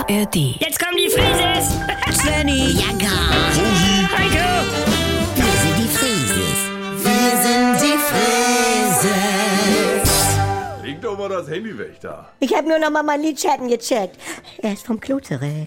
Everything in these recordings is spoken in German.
ARD. Jetzt kommen die Frises! Svenny, Ja, gar. Heiko! Wir sind die Frieses. Wir sind die Frieses. Leg doch mal das Handy weg da. ich habe nur noch mal mein Lidschatten gecheckt. Er ist vom Klo zurück.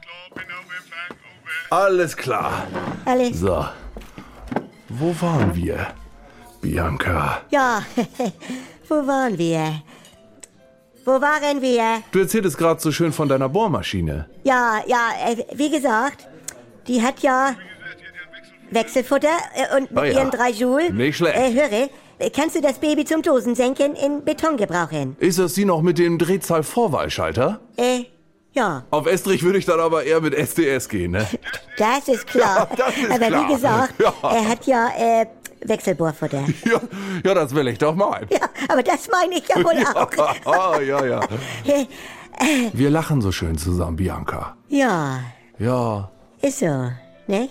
Alles klar. Alles? So. Wo waren wir? Bianca. Ja, wo waren wir? Wo waren wir? Du erzähltest gerade so schön von deiner Bohrmaschine. Ja, wie gesagt, die hat ja Wechselfutter und mit Oh ja. ihren 3 Joule. Nicht schlecht. Höre, kannst du das Baby zum Dosensenken in Beton gebrauchen? Ist das die noch mit dem Drehzahlvorwahlschalter? Ja, Auf Estrich würde ich dann aber eher mit SDS gehen, ne? das ist klar. Ja, das ist aber klar. wie gesagt, Ja. er hat ja Wechselbohrfutter. Ja, das will ich doch mal. Ja, aber das meine ich ja wohl auch. Oh, ja. Wir lachen so schön zusammen, Bianca. Ja, Ja. ist so, nicht?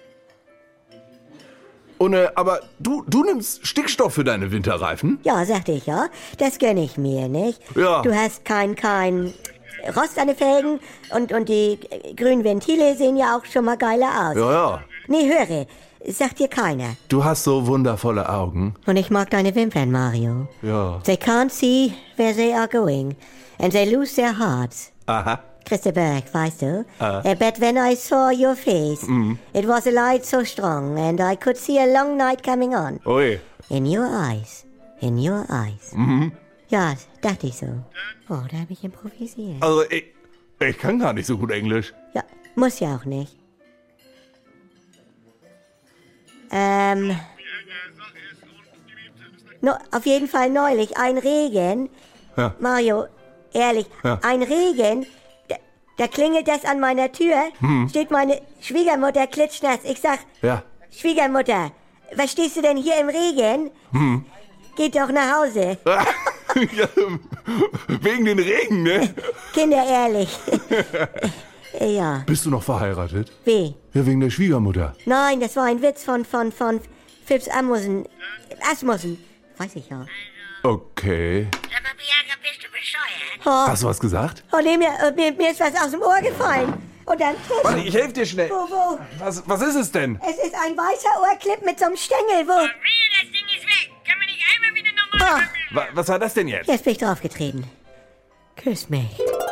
Und, aber du nimmst Stickstoff für deine Winterreifen? Ja, sagte ich ja. Das gönn ich mir, nicht? Ja. Du hast kein Rost an den Felgen und die grünen Ventile sehen ja auch schon mal geiler aus. Ja. Nee, höre, sagt dir keiner. Du hast so wundervolle Augen. Und ich mag deine Wimpern, Mario. Ja. They can't see where they are going. And they lose their hearts. Aha. Christa Berg, weißt du? But when I saw your face, it was a light so strong and I could see a long night coming on. Ui. In your eyes. In your eyes. Ja, dachte ich so. Oh, da habe ich improvisiert. Also, ich kann gar nicht so gut Englisch. Ja, muss ja auch nicht. Auf jeden Fall neulich ein Regen. Ja. Mario, ehrlich, Ja. ein Regen. Da klingelt das an meiner Tür. Steht meine Schwiegermutter klitschnass. Ich sag, Ja. Schwiegermutter, was stehst du denn hier im Regen? Geht doch nach Hause. Ja, wegen den Regen, ne? Kinder, ehrlich. Ja, Bist du noch verheiratet? wie? Ja, wegen der Schwiegermutter. Nein, das war ein Witz von Phipps Asmussen. Weiß ich ja. Okay. Sag mal, Bianca, bist du bescheuert? Hast du was gesagt? Oh nee, mir ist was aus dem Ohr gefallen. Und dann... Warte, ich helfe dir schnell. Wo? Was ist es denn? Es ist ein weißer Ohrclip mit so einem Stängel, wo... Das Ding ist weg. Können wir nicht einmal wieder normal... Was war das denn jetzt? Jetzt bin ich draufgetreten. Küss mich.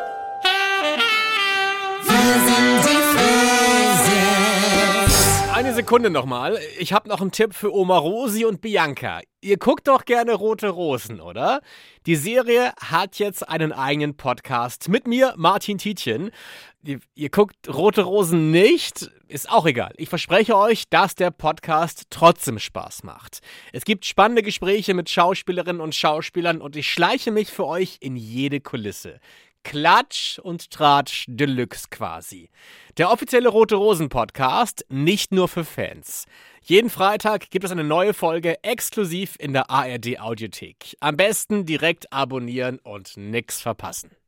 Eine Sekunde nochmal. Ich habe noch einen Tipp für Oma Rosi und Bianca. Ihr guckt doch gerne Rote Rosen, oder? Die Serie hat jetzt einen eigenen Podcast mit mir, Martin Tietjen. Ihr guckt Rote Rosen nicht? Ist auch egal. Ich verspreche euch, dass der Podcast trotzdem Spaß macht. Es gibt spannende Gespräche mit Schauspielerinnen und Schauspielern und ich schleiche mich für euch in jede Kulisse. Klatsch und Tratsch Deluxe quasi. Der offizielle Rote Rosen Podcast, nicht nur für Fans. Jeden Freitag gibt es eine neue Folge exklusiv in der ARD Audiothek. Am besten direkt abonnieren und nix verpassen.